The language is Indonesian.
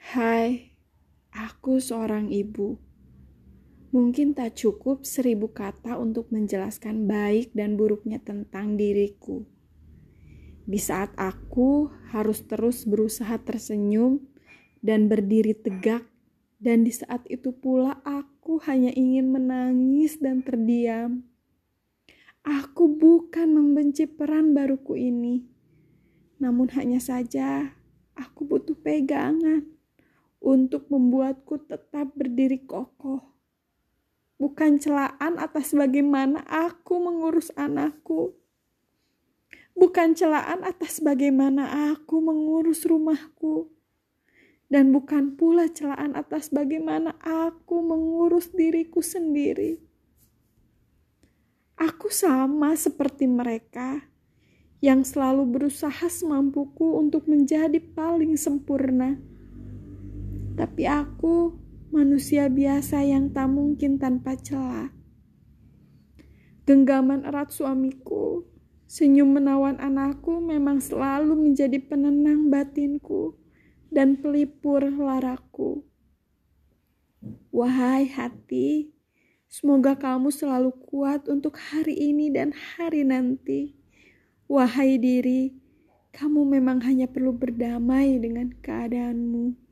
Hai, aku seorang ibu. Mungkin tak cukup 1000 kata untuk menjelaskan baik dan buruknya tentang diriku. Di saat aku harus terus berusaha tersenyum dan berdiri tegak, dan di saat itu pula aku hanya ingin menangis dan terdiam. Aku bukan membenci peran baruku ini, namun hanya saja aku butuh pegangan untuk membuatku tetap berdiri kokoh. Bukan celaan atas bagaimana aku mengurus anakku. Bukan celaan atas bagaimana aku mengurus rumahku. Dan bukan pula celaan atas bagaimana aku mengurus diriku sendiri. Aku sama seperti mereka yang selalu berusaha semampuku untuk menjadi paling sempurna. Tapi aku manusia biasa yang tak mungkin tanpa celah. Genggaman erat suamiku, senyum menawan anakku memang selalu menjadi penenang batinku dan pelipur laraku. Wahai hati, semoga kamu selalu kuat untuk hari ini dan hari nanti. Wahai diri, kamu memang hanya perlu berdamai dengan keadaanmu.